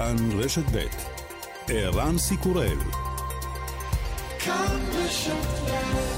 כאן רשת ב' ערן סיקורל. כאן רשת ב'.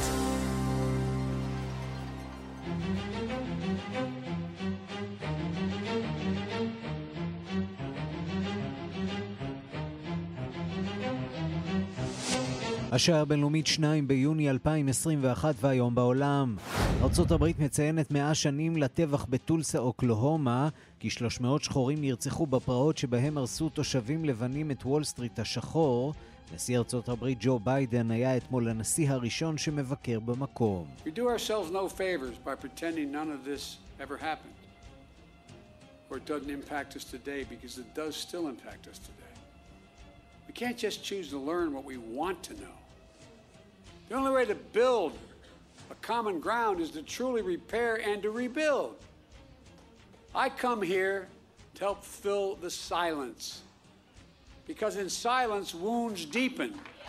השעה הבינלאומית 2 ביוני 2021 והיום בעולם. ארצות הברית מציינת 100 שנים לטבח בטולסה, אוקלהומה, כי 300 שחורים נרצחו בפרעות שבהם הרסו תושבים לבנים את וול סטריט השחור. נשיא ארצות הברית ג'ו ביידן היה אתמול הנשיא הראשון שמבקר במקום. We do ourselves no favors by pretending none of this ever happened. Or it doesn't impact us today because it does still impact us today. We can't just choose to learn what we want to know. The only way to build a common ground is to truly repair and to rebuild. I come here to help fill the silence, because in silence wounds deepen.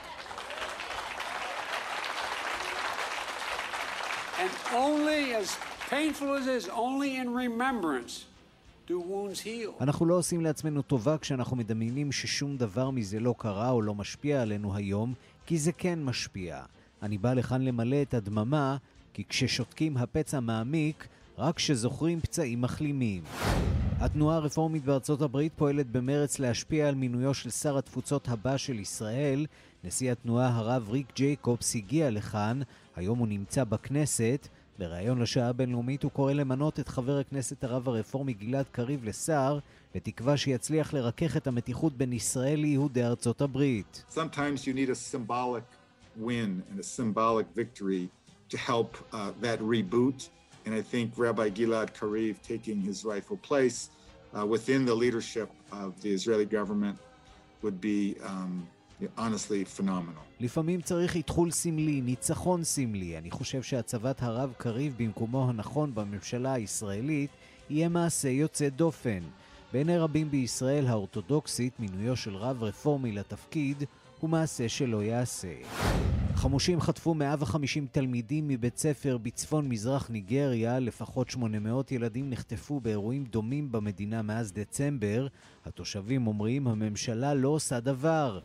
And only, as painful as it is, only in remembrance do wounds heal. אנחנו לא עושים לעצמנו טובה כשאנחנו מדמיינים ששום דבר מזה לא קרה או לא משפיע עלינו היום, כי זה כן משפיע. אני בא לכאן למלא את הדממה, כי כששותקים הפצע מעמיק, רק כשזוכרים פצעים מחלימים. התנועה הרפורמית בארצות הברית פועלת במרץ להשפיע על מינויו של שר התפוצות הבא של ישראל. נשיא התנועה הרב ריק ג'ייקובס הגיע לכאן, היום הוא נמצא בכנסת. בראיון לשעה הבינלאומית הוא קורא למנות את חבר הכנסת הרב הרפורמי גלעד קריב לשר, בתקווה שיצליח לרכך את המתיחות בין ישראל ליהודי ארצות הברית. Sometimes you need a symbolic win and a symbolic victory to help that reboot. And I think Rabbi Gilad Kariv taking his rightful place within the leadership of the Israeli government would be honestly phenomenal. לפעמים צריך איתחול סמלי, ניצחון סמלי. אני חושב שהצבת הרב קריב במקומו הנכון בממשלה הישראלית יהיה מעשה יוצא דופן. בעיני רבים בישראל האורתודוקסית, מינויו של רב רפורמי לתפקיד הוא מעשה שלא יעשה. חמושים חטפו 150 תלמידים מבית ספר בצפון מזרח ניגריה, לפחות 800 ילדים נחטפו באירועים דומים במדינה מאז דצמבר. התושבים אומרים הממשלה לא עושה דבר.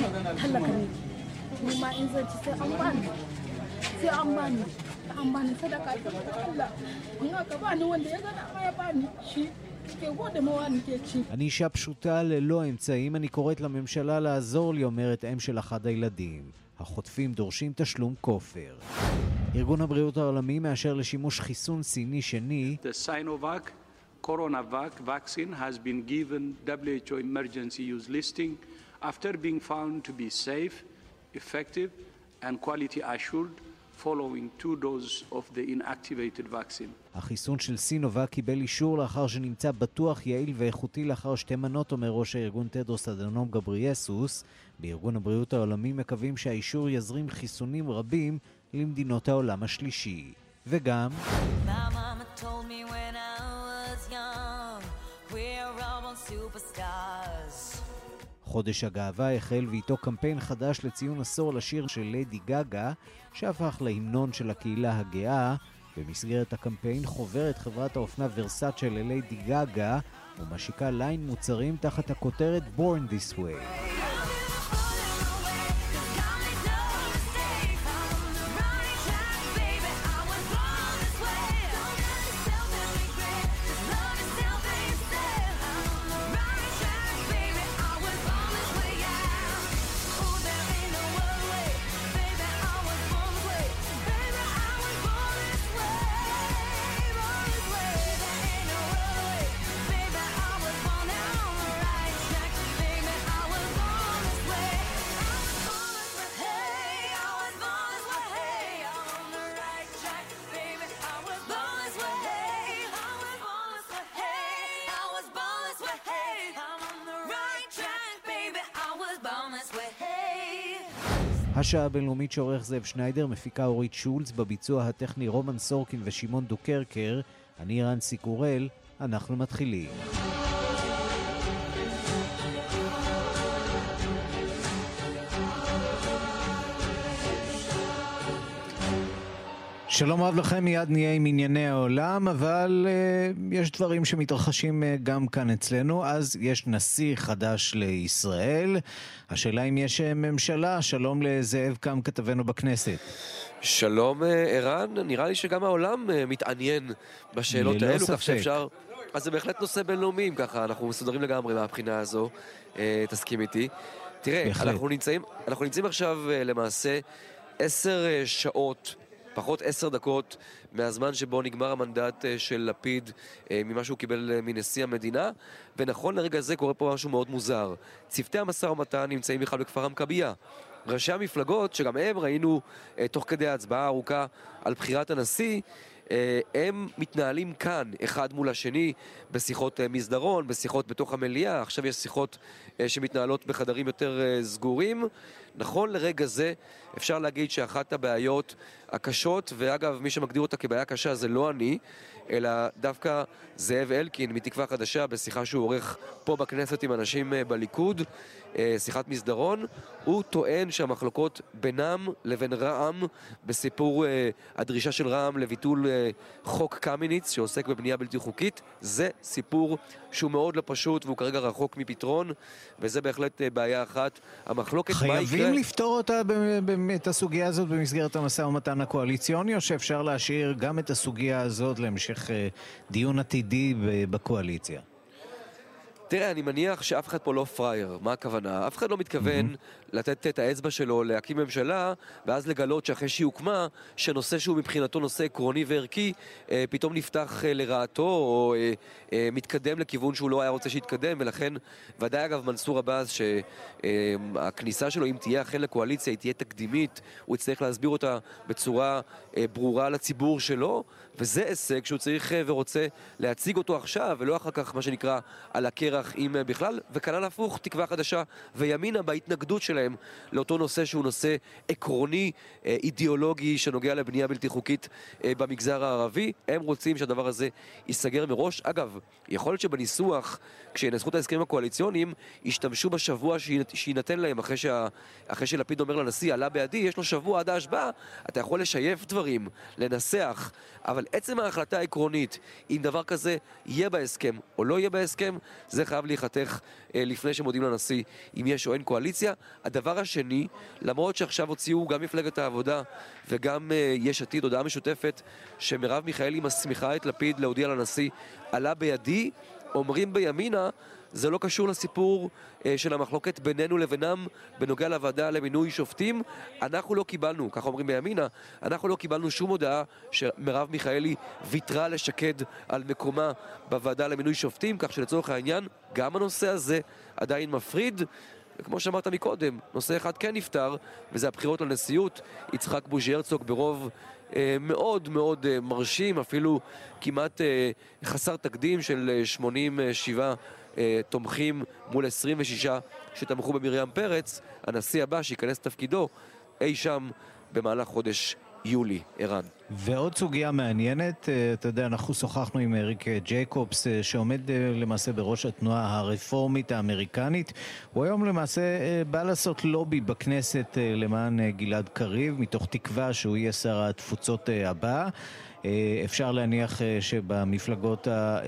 אני אישה פשוטה ללא אמצעים, אני קוראת לממשלה לעזור לי, אומרת אם של אחד הילדים. החוטפים דורשים תשלום כופר. ארגון הבריאות העולמי מאשר לשימוש חיסון סיני שני. The Sinovac Coronavac vaccine has been given WHO emergency use listing after being found to be safe, effective and quality assured following 2 doses of the inactivated vaccine. החיסון של סינובק קיבל אישור לאחר שנמצא בטוח, יעיל ואיכותי לאחר 2 מנות, אומר ראש הארגון טדרוס אדנום גבריאסוס. בארגון הבריאות העולמי מקווים שהאישור יזרים חיסונים רבים למדינות העולם השלישי. וגם חודש הגאווה החל ואיתו קמפיין חדש לציון עשור לשיר של ליידי גגה, שהפך להמנון של הקהילה הגאה. במסגרת הקמפיין חוברת חברת האופנה ורסאצ'ה לליידי גגה ומשיקה ליין מוצרים תחת הכותרת Born This Way. השעה הבינלאומית שעורך זאב שניידר, מפיקה אורית שולץ, בביצוע הטכני רומן סורקין ושמעון דוקרקר. אני ערן סיקורל, אנחנו מתחילים. שלום רב לכם, מיד נהיה עם ענייני העולם, אבל יש דברים שמתרחשים גם כאן אצלנו. אז יש נשיא חדש לישראל. השאלה אם יש ממשלה. שלום לזאב קם, כתבנו בכנסת. שלום ערן, נראה לי שגם העולם מתעניין בשאלות האלו, כך שאפשר... אז זה בהחלט נושא בינלאומי, ככה אנחנו מסודרים לגמרי מהבחינה הזו, תסכים איתי. תראה, אנחנו נמצאים עכשיו למעשה 10 שעות, פחות 10 דקות מהזמן שבו נגמר המנדט של לפיד ממה שהוא קיבל מנשיא המדינה, ונכון לרגע זה קורה פה משהו מאוד מוזר. צוותי המשא ומתן נמצאים בכלל בכפר המכבייה. ראשי המפלגות, שגם הם ראינו תוך כדי ההצבעה הארוכה על בחירת הנשיא, הם מתנהלים כאן אחד מול השני בשיחות מסדרון, בשיחות בתוך המליאה. עכשיו יש שיחות שמתנהלות בחדרים יותר סגורים. נכון לרגע זה אפשר להגיד שאחת הבעיות הקשות, ואגב מי שמגדיר אותה כבעיה קשה זה לא אני, אלא דווקא זאב אלקין מתקווה חדשה בשיחה שהוא עורך פה בכנסת עם אנשים בליכוד, שיחת מסדרון. הוא טוען שהמחלוקות בינם לבין רע"מ בסיפור הדרישה של רע"מ לביטול חוק קמיניץ שעוסק בבנייה בלתי חוקית, זה סיפור שהוא מאוד לא פשוט והוא כרגע רחוק מפתרון, וזה בהחלט בעיה אחת. המחלוקת חייבים לפתור אותה את הסוגיה הזאת במסגרת המשא ומתן הקואליציוני, או שאפשר להשאיר גם את הסוגיה הזאת להמשך דיון עתידי בקואליציה? תראה, אני מניח שאף אחד פה לא פרייר. מה הכוונה? אף אחד לא מתכוון לתת את האצבע שלו להקים ממשלה, ואז לגלות שאחרי שהיא הוקמה, שנושא שהוא מבחינתו נושא עקרוני וערכי, פתאום נפתח לרעתו, או מתקדם לכיוון שהוא לא היה רוצה שיתקדם, ולכן, ודאי אגב מנסור עבאס, שהכניסה שלו, אם תהיה אכן לקואליציה, היא תהיה תקדימית, הוא יצטרך להסביר אותה בצורה ברורה לציבור שלו, וזה הישג שהוא צריך ורוצה להציג אותו עכשיו, ולא אחר כך, מה שנקרא, על הקרח אם בכלל, וכנ"ל הפוך, תקווה חדשה וימינה בהתנגדות שלהם לאותו נושא שהוא נושא עקרוני, אידיאולוגי, שנוגע לבנייה בלתי חוקית במגזר הערבי. הם רוצים שהדבר הזה ייסגר מראש. אגב, יכול להיות שבניסוח, כשינסחו את ההסכמים הקואליציוניים, ישתמשו בשבוע שיינתן להם אחרי שלפיד אומר לנשיא, עלה בידי, יש לו שבוע עד ההשבעה, אתה יכול לשייף דברים, לנסח, אבל עצם ההחלטה העקרונית, אם דבר כזה יהיה בהסכם או לא יהיה בהסכם, זה חייב להיחתך לפני שמודיעים לנשיא אם יש או אין קואליציה. הדבר השני, למרות שעכשיו הוציאו גם מפלגת העבודה וגם יש עתיד הודעה משותפת שמרב מיכאלי מסמיכה את לפיד להודיע לנשיא, עלה בידי, אומרים בימינה, זה לא קשור לסיפור של המחלוקת בינינו לבינם בנוגע לוועדה למינוי שופטים. אנחנו לא קיבלנו, כך אומרים בימינה, אנחנו לא קיבלנו שום הודעה שמרב מיכאלי ויתרה לשקד על מקומה בוועדה למינוי שופטים, כך שלצורך העניין גם הנושא הזה עדיין מפריד. וכמו שאמרת מקודם, נושא אחד כן נפטר, וזה הבחירות לנשיאות. יצחק בוז'י הרצוג ברוב מאוד מאוד מרשים, אפילו כמעט חסר תקדים של 87 תומכים מול 26 שתמכו במרים פרץ, הנשיא הבא שיכנס תפקידו אי שם במהלך חודש יולי. ערן. ועוד סוגיה מעניינת, אתה יודע, אנחנו שוחחנו עם אריק ג'ייקובס שעומד למעשה בראש התנועה הרפורמית האמריקנית. הוא היום למעשה בא לעשות לובי בכנסת למען גלעד קריב, מתוך תקווה שהוא יהיה שר התפוצות הבא. אפשר להניח שבמפלגות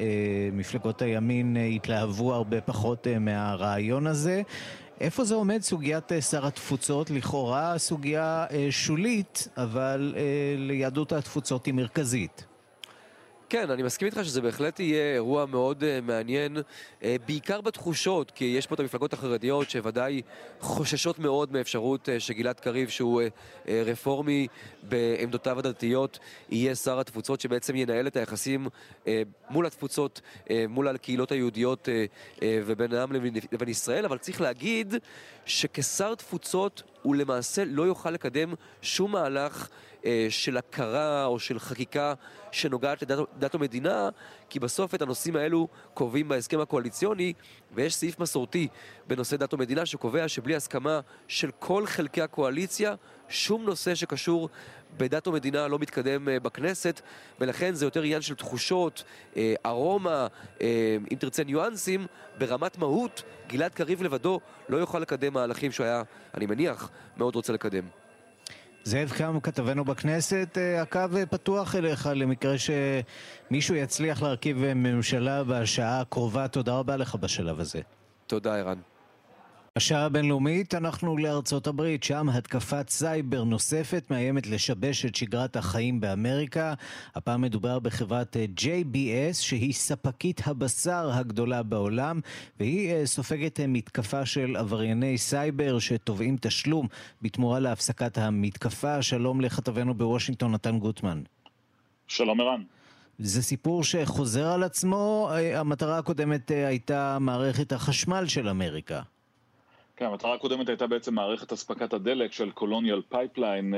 הימין התלהבו הרבה פחות מהרעיון הזה. איפה זה עומד סוגיית שר התפוצות? לכאורה סוגיה שולית, אבל ליהדות התפוצות היא מרכזית. כן, אני מסכים איתך שזה בהחלט יהיה אירוע מאוד מעניין, בעיקר בתחושות, כי יש פה את המפלגות החרדיות שוודאי חוששות מאוד מאפשרות שגלעד קריב, שהוא רפורמי בעמדותיו הדתיות, יהיה שר התפוצות שבעצם ינהל את היחסים מול התפוצות, מול הקהילות היהודיות ובינם לבין ישראל. אבל צריך להגיד שכשר תפוצות הוא למעשה לא יוכל לקדם שום מהלך של הכרה או של חקיקה שנוגעת לדת ומדינה, כי בסוף את הנושאים האלו קובעים בהסכם הקואליציוני, ויש סעיף מסורתי בנושא דת ומדינה שקובע שבלי הסכמה של כל חלקי הקואליציה, שום נושא שקשור בדת ומדינה לא מתקדם בכנסת, ולכן זה יותר עניין של תחושות, ארומה, אם תרצה ניואנסים. ברמת מהות, גלעד קריב לבדו לא יוכל לקדם מהלכים שהוא היה, אני מניח, מאוד רוצה לקדם. זאב קם, כתבנו בכנסת, הקו פתוח אליך למקרה שמישהו יצליח להרכיב ממשלה בשעה הקרובה. תודה רבה לך בשלב הזה. תודה, ערן. השעה הבינלאומית, אנחנו לארצות הברית, שם התקפת סייבר נוספת מאיימת לשבש את שגרת החיים באמריקה. הפעם מדובר בחברת JBS, שהיא ספקית הבשר הגדולה בעולם, והיא סופגת מתקפה של עברייני סייבר שתובעים תשלום בתמורה להפסקת המתקפה. שלום לכתבנו בוושינגטון, נתן גוטמן. שלום ערן. זה סיפור שחוזר על עצמו. המטרה הקודמת הייתה מערכת החשמל של אמריקה. כן, המטרה הקודמת הייתה בעצם מערכת הספקת הדלק של קולוניאל פייפליין,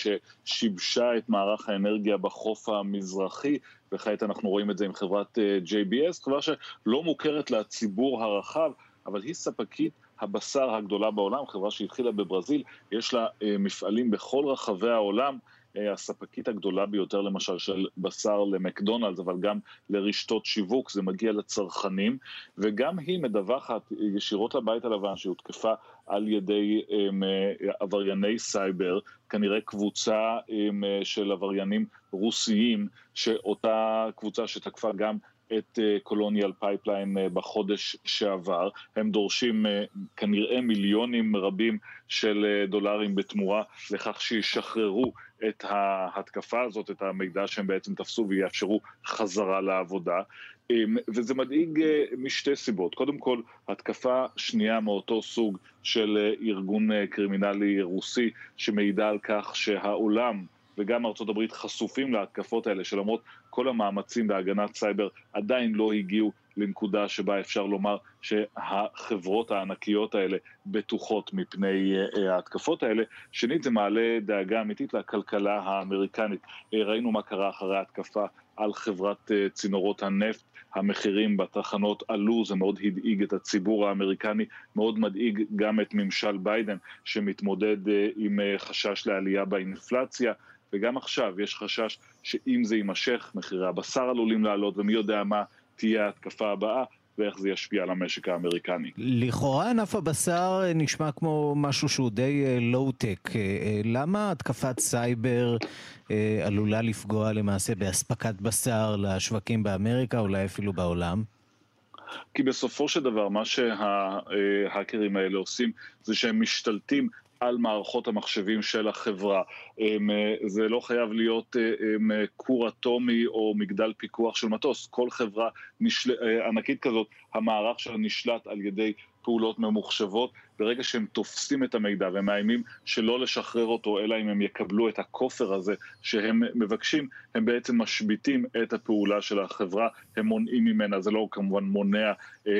ששיבשה את מערך האנרגיה בחוף המזרחי, וכעת אנחנו רואים את זה עם חברת JBS, כבר שלא מוכרת לציבור הרחב, אבל היא ספקית הבשר הגדולה בעולם, חברה שהתחילה בברזיל, יש לה מפעלים בכל רחבי העולם, הספקית הגדולה ביותר למשל של בשר למקדונלדס, אבל גם לרשתות שיווק, זה מגיע לצרכנים, וגם היא מדווחת ישירות לבית הלבן שהותקפה על ידי עברייני סייבר, כנראה קבוצה של עבריינים רוסיים, שאותה קבוצה שתקפה גם את קולוניאל פייפליין בחודש שעבר. הם דורשים כנראה מיליונים רבים של דולרים בתמורה לכך שישחררו את ההתקפה הזאת, את המידע שהם בעצם תפסו ויאפשרו חזרה לעבודה. וזה מדאיג משתי סיבות. קודם כל, התקפה שנייה מאותו סוג של ארגון קרימינלי רוסי שמעידה על כך שהעולם וגם ארצות הברית חשופים להתקפות האלה, שלמרות כל המאמצים בהגנת סייבר עדיין לא הגיעו לנקודה שבה אפשר לומר שהחברות הענקיות האלה בטוחות מפני ההתקפות האלה. שנית, זה מעלה דאגה אמיתית לכלכלה האמריקנית. ראינו מה קרה אחרי ההתקפה על חברת צינורות הנפט, המחירים בתחנות עלו, זה מאוד הדאיג את הציבור האמריקני, מאוד מדאיג גם את ממשל ביידן שמתמודד עם חשש לעלייה באינפלציה, וגם עכשיו יש חשש שאם זה יימשך, מחירי הבשר עלולים לעלות, ומי יודע מה תהיה ההתקפה הבאה, ואיך זה ישפיע על המשק האמריקני. לכאורה ענף הבשר נשמע כמו משהו שהוא די לואו-טק. למה התקפת סייבר עלולה לפגוע למעשה בהספקת בשר לשווקים באמריקה, אולי אפילו בעולם? כי בסופו של דבר מה שההאקרים האלה עושים זה שהם משתלטים על מערכות המחשבים של החברה. זה לא חייב להיות כור אטומי או מגדל פיקוח של מטוס. כל חברה ענקית כזאת, המערך שלה נשלט על ידי פעולות ממוחשבות. ברגע שהם תופסים את המידע ומאיימים שלא לשחרר אותו, אלא אם הם יקבלו את הכופר הזה שהם מבקשים, הם בעצם משביטים את הפעולה של החברה, הם מונעים ממנה. זה לא כמובן מונע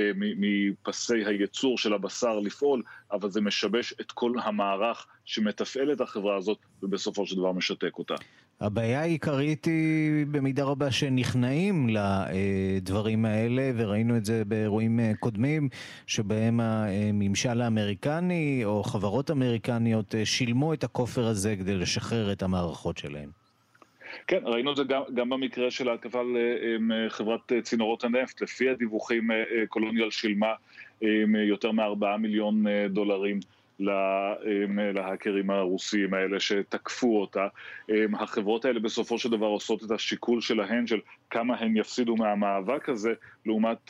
מפסי הייצור של הבשר לפעול, אבל זה משבש את כל המערך שמתפעל את החברה הזאת, ובסופו של דבר משתק אותה. הבעיה העיקרית היא במידה רבה שנכנעים לדברים האלה, וראינו את זה באירועים קודמים, שבהם הממשל האמריקני או חברות אמריקניות שילמו את הכופר הזה כדי לשחרר את המערכות שלהם. כן, ראינו את זה גם במקרה של ההתקפה על חברת צינורות הנפט. לפי הדיווחים, קולוניאל שילמה יותר מ$4 מיליון להאקרים הרוסיים האלה שתקפו אותה. החברות האלה בסופו של דבר עושות את השיקול שלהן של כמה הן יפסידו מהמאבק הזה לעומת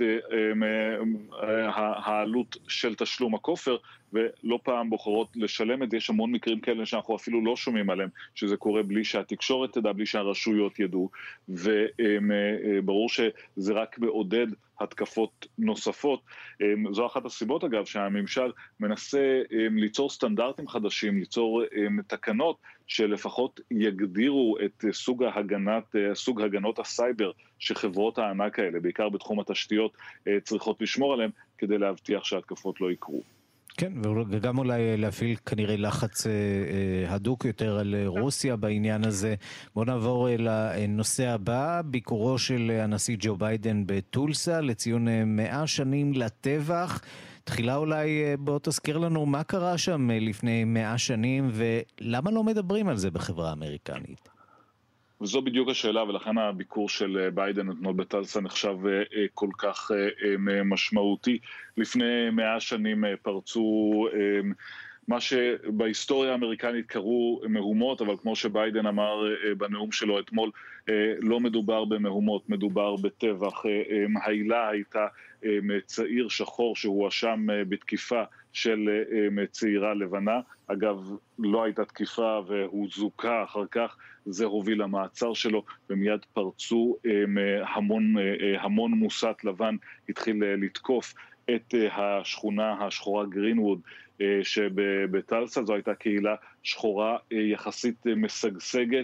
העלות של תשלום הכופר, ולא פעם בוחרות לשלם את זה. יש המון מקרים כאלה שאנחנו אפילו לא שומעים עליהם, שזה קורה בלי שהתקשורת תדע, בלי שהרשויות ידעו, וברור שזה רק מעודד התקפות נוספות. זו אחת הסיבות אגב שהממשל מנסה ליצור סטנדרטים חדשים, ליצור תקנות שלפחות יגדירו את סוג הגנות הסייבר שחברות הענק האלה, בעיקר בתחום התשתיות, צריכות לשמור עליהם כדי להבטיח שהתקפות לא יקרו. כן, וגם אולי להפעיל כנראה לחץ הדוק יותר על רוסיה בעניין הזה. בואו נעבור לנושא הבא, ביקורו של הנשיא ג'ו ביידן בטולסה לציון 100 שנים לטבח. תחילה אולי בוא תזכיר לנו מה קרה שם לפני 100 שנים ולמה לא מדברים על זה בחברה האמריקנית. וזו בדיוק השאלה, ולכן הביקור של ביידן אתמול בטולסה נחשב כל כך משמעותי. לפני 100 שנים פרצו מה שבהיסטוריה האמריקנית קראו מהומות, אבל כמו שביידן אמר בנאום שלו אתמול, לא מדובר במהומות, מדובר בטבח. העילה הייתה צעיר שחור שהואשם בתקיפה של צעירה לבנה. אגב, לא הייתה תקיפה והוא זוכה אחר כך, זה הוביל למעצר שלו, ומיד פרצו המון מוסת לבן, התחיל לתקוף את השכונה השחורה גרינווד שבטלסה. זו הייתה קהילה שחורה יחסית משגשגת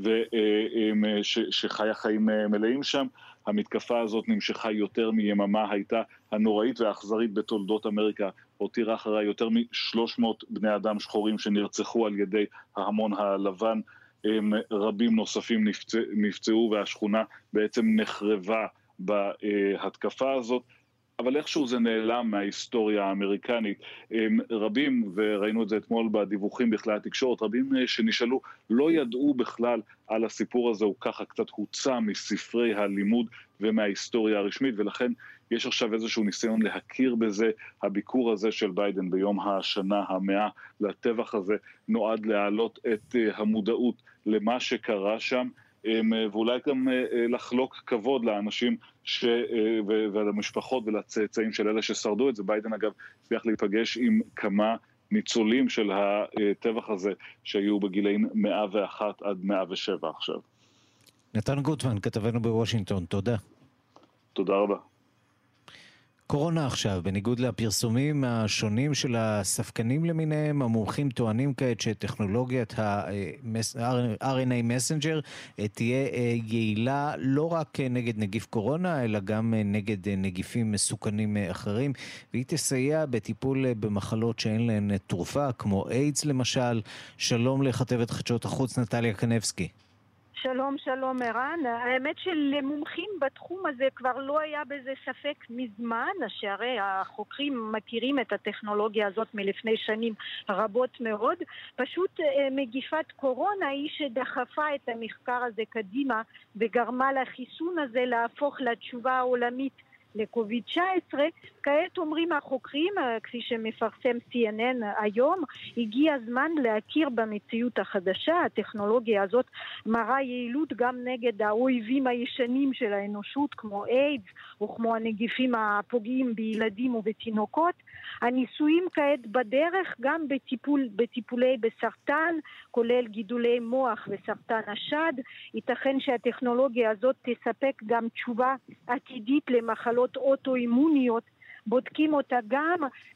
שחיה חיים מלאים שם. המתקפה הזאת נמשכה יותר מיממה, הייתה הנוראית והאכזרית בתולדות אמריקה, הותירה אחריה יותר מ-300 בני אדם שחורים שנרצחו על ידי ההמון הלבן, רבים נוספים נפצעו והשכונה בעצם נחרבה בהתקפה הזאת. אבל איכשהו זה נעלם מההיסטוריה האמריקנית. רבים, וראינו את זה אתמול בדיווחים בכלי התקשורת, רבים שנשאלו לא ידעו בכלל על הסיפור הזה, הוא ככה קצת הוצא מספרי הלימוד ומההיסטוריה הרשמית, ולכן יש עכשיו איזשהו ניסיון להכיר בזה. הביקור הזה של ביידן ביום השנה 100 לטבח הזה נועד להעלות את המודעות למה שקרה שם, ואולי גם לחלוק כבוד לאנשים ולמשפחות ולצאצאים של אלה ששרדו את זה. ביידן אגב הצליח להיפגש עם כמה ניצולים של הטבח הזה שהיו בגילאים 101 עד 107 עכשיו. נתן גוטמן, כתבנו בוושינגטון, תודה. תודה רבה. קורונה עכשיו, בניגוד לפרסומים השונים של הספקנים למיניהם, המומחים טוענים כעת שטכנולוגיית ה-RNA מסנג'ר תהיה יעילה לא רק נגד נגיף קורונה, אלא גם נגד נגיפים מסוכנים אחרים, והיא תסייע בטיפול במחלות שאין להן תרופה, כמו איידס למשל. שלום לכתבת חדשות החוץ נטליה קנבסקי. שלום, שלום ערן. האמת שלמומחים בתחום הזה כבר לא היה בזה ספק מזמן, שהרי החוקרים מכירים את הטכנולוגיה הזאת מלפני שנים רבות מאוד. פשוט מגיפת קורונה היא שדחפה את המחקר הזה קדימה וגרמה לחיסון הזה להפוך לתשובה העולמית לקוביד-19. כעת אומרים החוקרים, כפי שמפרסם CNN היום, הגיע הזמן להכיר במציאות החדשה. הטכנולוגיה הזאת מראה יעילות גם נגד האויבים הישנים של האנושות, כמו איידס או כמו הנגיפים הפוגעים בילדים ובתינוקות. הניסויים כעת בדרך גם בטיפולי בסרטן, כולל גידולי מוח וסרטן השד. ייתכן שהטכנולוגיה הזאת תספק גם תשובה עתידית למחלות אוטואימוניות. בודקים אותה גם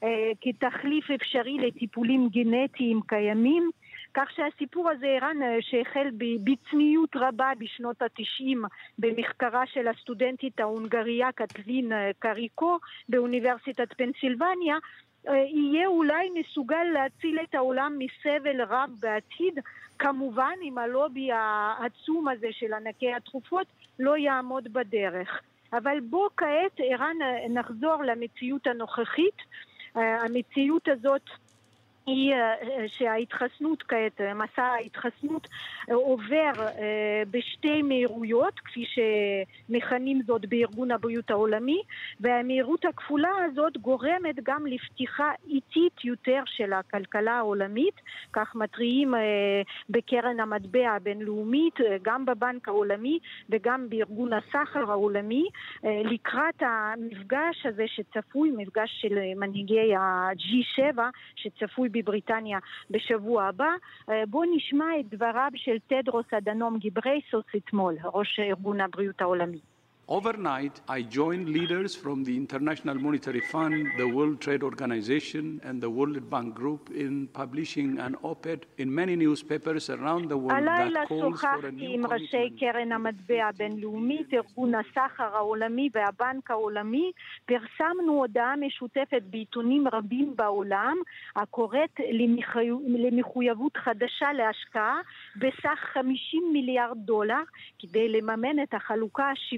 כתחליף אפשרי לטיפולים גנטיים קיימים. כך שהסיפור הזה, ערן, שהחל בצניעות רבה בשנות ה-90 במחקרה של הסטודנטית ההונגריה קטלין קריקו באוניברסיטת פנסילבניה, יהיה אולי מסוגל להציל את העולם מסבל רב בעתיד, כמובן אם הלובי העצום הזה של ענקי התרופות לא יעמוד בדרך. אבל בוא כעת, ערן, נחזור למציאות הנוכחית. המציאות הזאת היא שההתחסנות כעת, מסע ההתחסנות עובר בשתי מהירויות, כפי שמכנים זאת בארגון הבריאות העולמי, והמהירות הכפולה הזאת גורמת גם לפתיחה איטית יותר של הכלכלה העולמית, כך מתריעים בקרן המטבע הבינלאומית, גם בבנק העולמי וגם בארגון הסחר העולמי, לקראת המפגש הזה שצפוי, מפגש של מנהיגי ה-G7 שצפוי בבריטניה בשבוע הבא. בוא נשמע את דבריו של טדרוס אדנום גיברייסוס אתמול, ראש ארגון הבריאות העולמי. Overnight, I joined leaders from the International Monetary Fund, the World Trade Organization, and the World Bank Group in publishing an op-ed in many newspapers around the world that calls for a new עם ראשי קרן המטבע הבינלאומית, ארגון הסחר העולמי והבנק העולמי. פרסמנו הודעה משותפת בעיתונים רבים בעולם, הקוראת למחויבות חדשה להשקעה בסך $50 מיליארד, כדי לממן את החלוקה השוויונית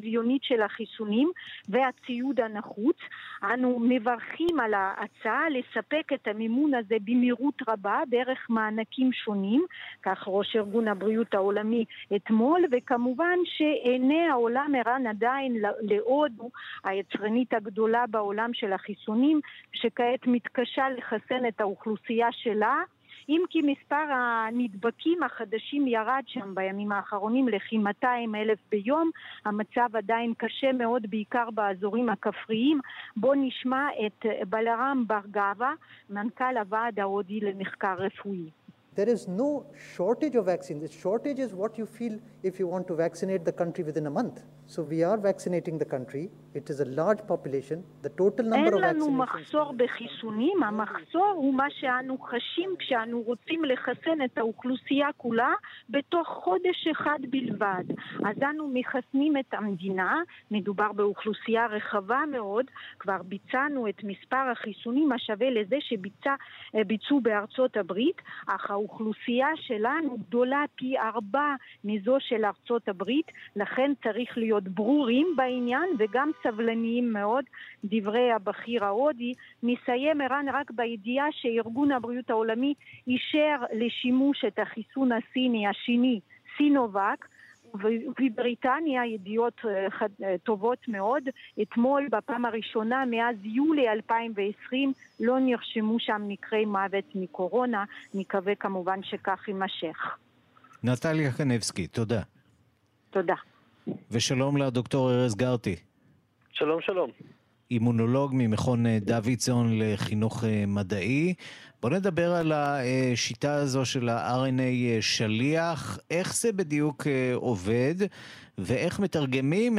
של החיסונים והציוד הנחוץ. אנו מברכים על ההצעה לספק את המימון הזה במהירות רבה דרך מענקים שונים, כך ראש ארגון הבריאות העולמי אתמול, וכמובן שעיני העולם ערן עדיין להודו, היצרנית הגדולה בעולם של החיסונים, שכעת מתקשה לחסן את האוכלוסייה שלה, אם כי מספר הנדבקים החדשים ירד שם בימים האחרונים לכ-200,000 ביום. המצב עדיין קשה מאוד, בעיקר באזורים הכפריים. בוא נשמע את בלרם ברגבה, מנכ"ל הוועד ההודי למחקר רפואי. There is no shortage of vaccines. The shortage is what you feel if you want to vaccinate the country within a month. So we are vaccinating the country. It is a large population. The total number of vaccinations... אין לנו מחסור בחיסונים. המחסור הוא מה שאנו חשים כשאנו רוצים לחסן את האוכלוסייה כולה בתוך חודש אחד בלבד. אז אנו מחסנים את המדינה. מדובר באוכלוסייה רחבה מאוד. כבר ביצענו את מספר החיסונים השווה לזה שביצעו בארצות הברית. אך האוכלוסייה שלנו גדולה פי 4 מזו של ארצות הברית, לכן צריך להיות ברורים בעניין וגם סבלניים מאוד. דברי הבכיר ההודי. נסיים ערן רק בידיעה שארגון הבריאות העולמי אישר לשימוש את החיסון הסיני השני, סינובק, ובבריטניה ידיעות טובות מאוד. אתמול בפעם הראשונה מאז יולי 2020 לא נרשמו שם מקרי מוות מקורונה. מקווה כמובן שכך יימשך. נטליה קנבסקי, תודה. תודה. ושלום לדוקטור ארז גרטי. שלום, שלום. אימונולוג ממכון דוידסון לחינוך מדעי. בוא נדבר על השיטה הזו של ה-RNA שליח, איך זה בדיוק עובד, ואיך מתרגמים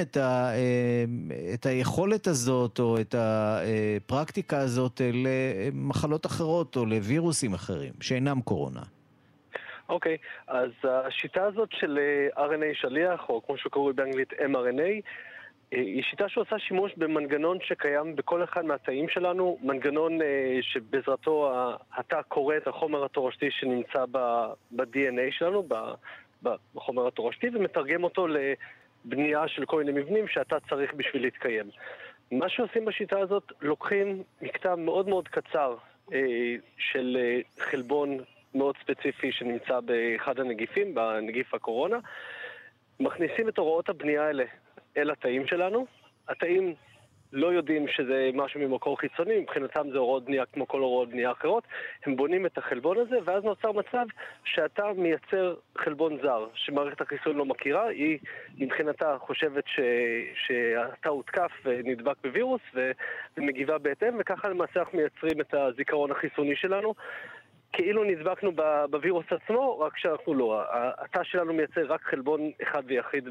את היכולת הזאת או את הפרקטיקה הזאת למחלות אחרות או לווירוסים אחרים שאינם קורונה. אוקיי, אז השיטה הזאת של RNA שליח, או כמו שקוראים באנגלית mRNA, היא שיטה שעושה שימוש במנגנון שקיים בכל אחד מהתאים שלנו, מנגנון שבעזרתו התא קורא את החומר התורשתי שנמצא ב-DNA שלנו, בחומר התורשתי, ומתרגם אותו לבנייה של כל מיני מבנים שהתא צריך בשביל להתקיים. מה שעושים בשיטה הזאת, לוקחים מקטע מאוד מאוד קצר של חלבון מאוד ספציפי שנמצא באחד הנגיפים, בנגיף הקורונה, מכניסים את הוראות הבנייה האלה אל התאים שלנו. התאים לא יודעים שזה משהו ממקור חיצוני, מבחינתם זה הוראות בנייה כמו כל הוראות בנייה אחרות. הם בונים את החלבון הזה, ואז נוצר מצב שאתה מייצר חלבון זר, שמערכת החיסון לא מכירה. היא מבחינתה חושבת שאתה הותקף ונדבק בווירוס ומגיבה בהתאם, וככה למעשה אנחנו מייצרים את הזיכרון החיסוני שלנו. כאילו נדבקנו בווירוס עצמו, רק שאנחנו לא. התא שלנו מייצר רק חלבון אחד ויחיד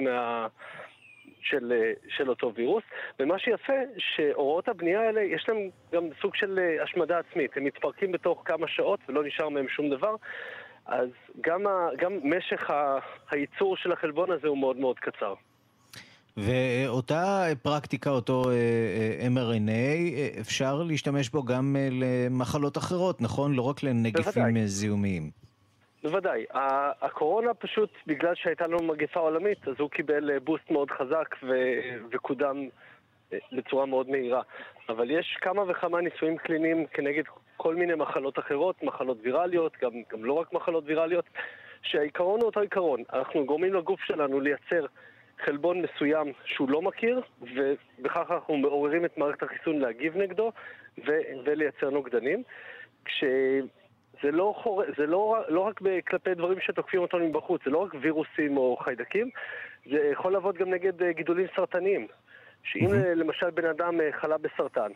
של אותו וירוס, ומה שיפה שהוראות הבנייה האלה יש להם גם סוג של השמדה עצמית. הם מתפרקים בתוך כמה שעות ולא נשאר מהם שום דבר, אז גם משך הייצור של החלבון הזה הוא מאוד מאוד קצר. ואותה פרקטיקה, אותו mRNA, אפשר להשתמש בו גם למחלות אחרות, נכון? לא רק לנגיפים זיהומיים. בוודאי. הקורונה פשוט, בגלל שהייתה לנו מגפה עולמית, אז הוא קיבל בוסט מאוד חזק וקודם בצורה מאוד מהירה. אבל יש כמה וכמה ניסויים קליניים כנגד כל מיני מחלות אחרות, מחלות ויראליות, גם לא רק מחלות ויראליות, שהעיקרון הוא אותו עיקרון. אנחנו גורמים לגוף שלנו לייצר חלבון מסוים שהוא לא מכיר, ובכך אנחנו מעוררים את מערכת החיסון להגיב נגדו ולייצר נוגדנים. זה לא רק כלפי דברים שתוקפים אותנו מבחוץ, זה לא רק וירוסים או חיידקים, זה יכול לעבוד גם נגד גידולים סרטניים. שאם למשל בן אדם חלה בסרטן,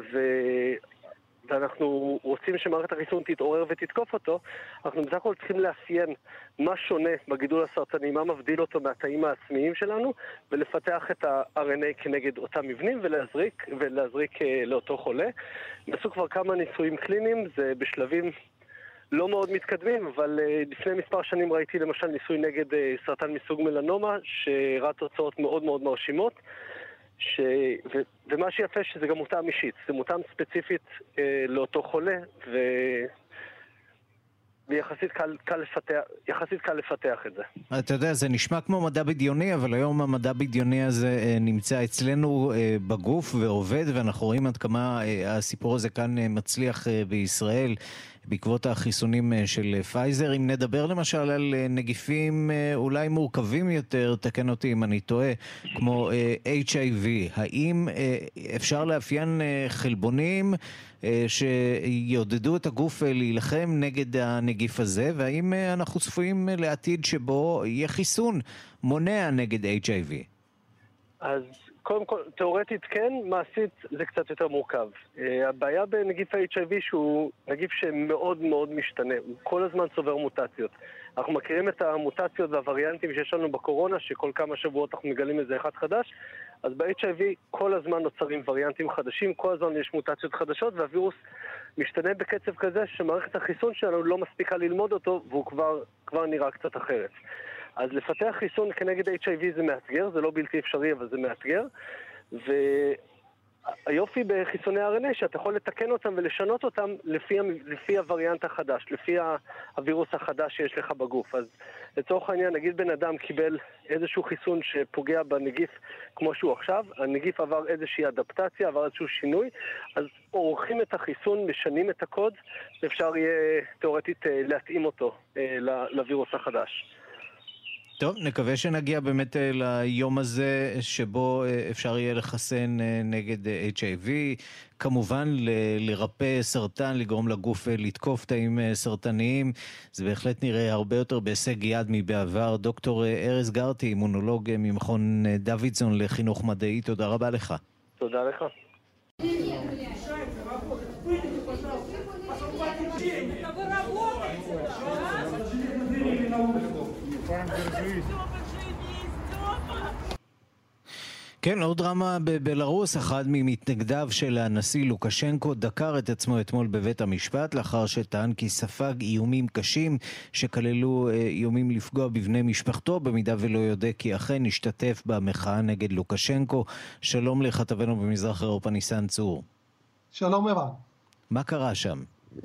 ואנחנו רוצים שמערכת החיסון תתעורר ותתקוף אותו, אנחנו בסך הכל צריכים לאפיין מה שונה בגידול הסרטני, מה מבדיל אותו מהתאים העצמיים שלנו, ולפתח את ה-RNA כנגד אותם מבנים ולהזריק לאותו חולה. נעשו כבר כמה ניסויים קליניים, זה בשלבים לא מאוד מתקדמים, אבל לפני מספר שנים ראיתי למשל ניסוי נגד סרטן מסוג מלנומה, שהראה תוצאות מאוד מאוד מרשימות, ומה שיפה שזה גם מותאם אישית, זה מותאם ספציפית לאותו חולה, ויחסית קל לפתח את זה. אתה יודע, זה נשמע כמו מדע בדיוני, אבל היום המדע בדיוני הזה נמצא אצלנו בגוף ועובד, ואנחנו רואים עד כמה הסיפור הזה כאן מצליח בישראל בעקבות החיסונים של פייזר. אם נדבר למשל על נגיפים אולי מורכבים יותר, תקן אותי אם אני טועה, כמו HIV, האם אפשר לאפיין חלבונים שיעודדו את הגוף להילחם נגד הנגיף הזה, והאם אנחנו צפויים לעתיד שבו יהיה חיסון מונע נגד HIV? אז קודם כל, תיאורטית כן, מעשית זה קצת יותר מורכב. הבעיה בנגיף ה-HIV שהוא נגיף שמאוד מאוד משתנה, הוא כל הזמן צובר מוטציות. אנחנו מכירים את המוטציות והווריאנטים שיש לנו בקורונה, שכל כמה שבועות אנחנו מגלים איזה אחד חדש, אז ב-HIV כל הזמן נוצרים וריאנטים חדשים, כל הזמן יש מוטציות חדשות, והווירוס משתנה בקצב כזה שמערכת החיסון שלנו לא מספיקה ללמוד אותו, והוא כבר נראה קצת אחרת. אז לפתח חיסון כנגד HIV זה מאתגר, זה לא בלתי אפשרי, אבל זה מאתגר. והיופי בחיסוני RNA שאתה יכול לתקן אותם ולשנות אותם לפי הווריאנט החדש, לפי הווירוס החדש שיש לך בגוף. אז לצורך העניין, נגיד בן אדם קיבל איזשהו חיסון שפוגע בנגיף כמו שהוא עכשיו, הנגיף עבר איזושהי אדפטציה, עבר איזשהו שינוי, אז עורכים את החיסון, משנים את הקוד, ואפשר יהיה תיאורטית להתאים אותו לווירוס החדש. טוב, נקווה שנגיע באמת ליום הזה שבו אפשר יהיה לחסן נגד HIV, כמובן לרפא סרטן, לגרום לגוף לתקוף תאים סרטניים, זה בהחלט נראה הרבה יותר בהישג יד מבעבר. דוקטור ארז גרטי, אימונולוג ממכון דוידסון לחינוך מדעי, תודה רבה לך. תודה לך. כן, עוד דרמה בבלרוס. אחד ממתנגדיו של הנשיא לוקשנקו דקר את עצמו אתמול בבית המשפט לאחר שטען כי ספג איומים קשים שכללו איומים לפגוע בבני משפחתו במידה ולא יודע כי אכן השתתף במחאה נגד לוקשנקו. שלום לכתבנו במזרח אירופה ניסן צור. שלום ערן. מה קרה שם?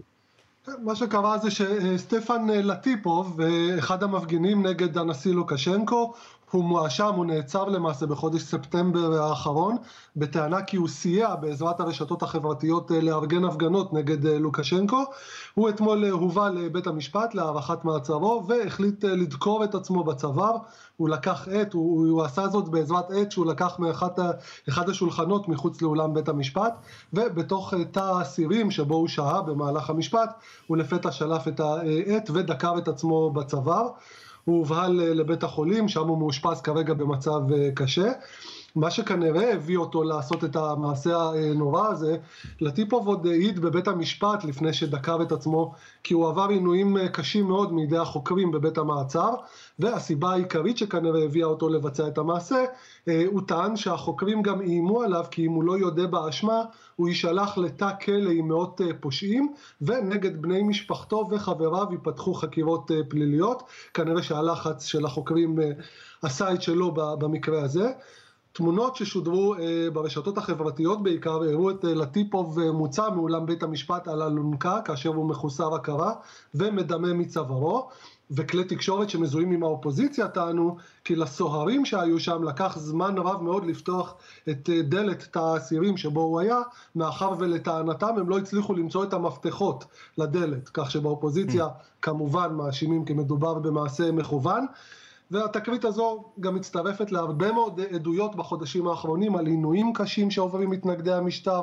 מה שקרה זה שסטפן לטיפוב, אחד המפגינים נגד הנשיא לוקשנקו, הוא מואשם, הוא נעצר למעשה בחודש ספטמבר האחרון, בטענה כי הוא סייע בעזרת הרשתות החברתיות לארגן הפגנות נגד לוקשנקו. הוא אתמול הובא לבית המשפט להארכת מעצרו, והחליט לדקור את עצמו בצוואר. הוא לקח עט, הוא עשה זאת בעזרת עט שהוא לקח מאחד השולחנות מחוץ לאולם בית המשפט, ובתוך תא האסירים שבו הוא שהה במהלך המשפט, הוא לפתע שלף את העט ודקר את עצמו בצוואר. הוא הובהל לבית החולים, שם הוא מאושפז כרגע במצב קשה. מה שכנראה הביא אותו לעשות את המעשה הנורא הזה, לטיפוב עוד העיד בבית המשפט לפני שדקר את עצמו, כי הוא עבר עינויים קשים מאוד מידי החוקרים בבית המעצר, והסיבה העיקרית שכנראה הביאה אותו לבצע את המעשה, הוא טען שהחוקרים גם איימו עליו, כי אם הוא לא יודע באשמה, הוא יישלח לתא כלא עם מאות פושעים, ונגד בני משפחתו וחבריו ייפתחו חקירות פליליות. כנראה שהלחץ של החוקרים עשה את שלו במקרה הזה. תמונות ששודרו ברשתות החברתיות בעיקר הראו את לטיפוב מוצא מאולם בית המשפט על אלונקה כאשר הוא מחוסר הכרה ומדמם מצווארו, וכלי תקשורת שמזוהים עם האופוזיציה טענו כי לסוהרים שהיו שם לקח זמן רב מאוד לפתוח את דלת תא האסירים שבו הוא היה, מאחר ולטענתם הם לא הצליחו למצוא את המפתחות לדלת, כך שבאופוזיציה כמובן מאשימים כי מדובר במעשה מכוון. והתקרית הזו גם מצטרפת להרבה מאוד עדויות בחודשים האחרונים על עינויים קשים שעוברים מתנגדי המשטר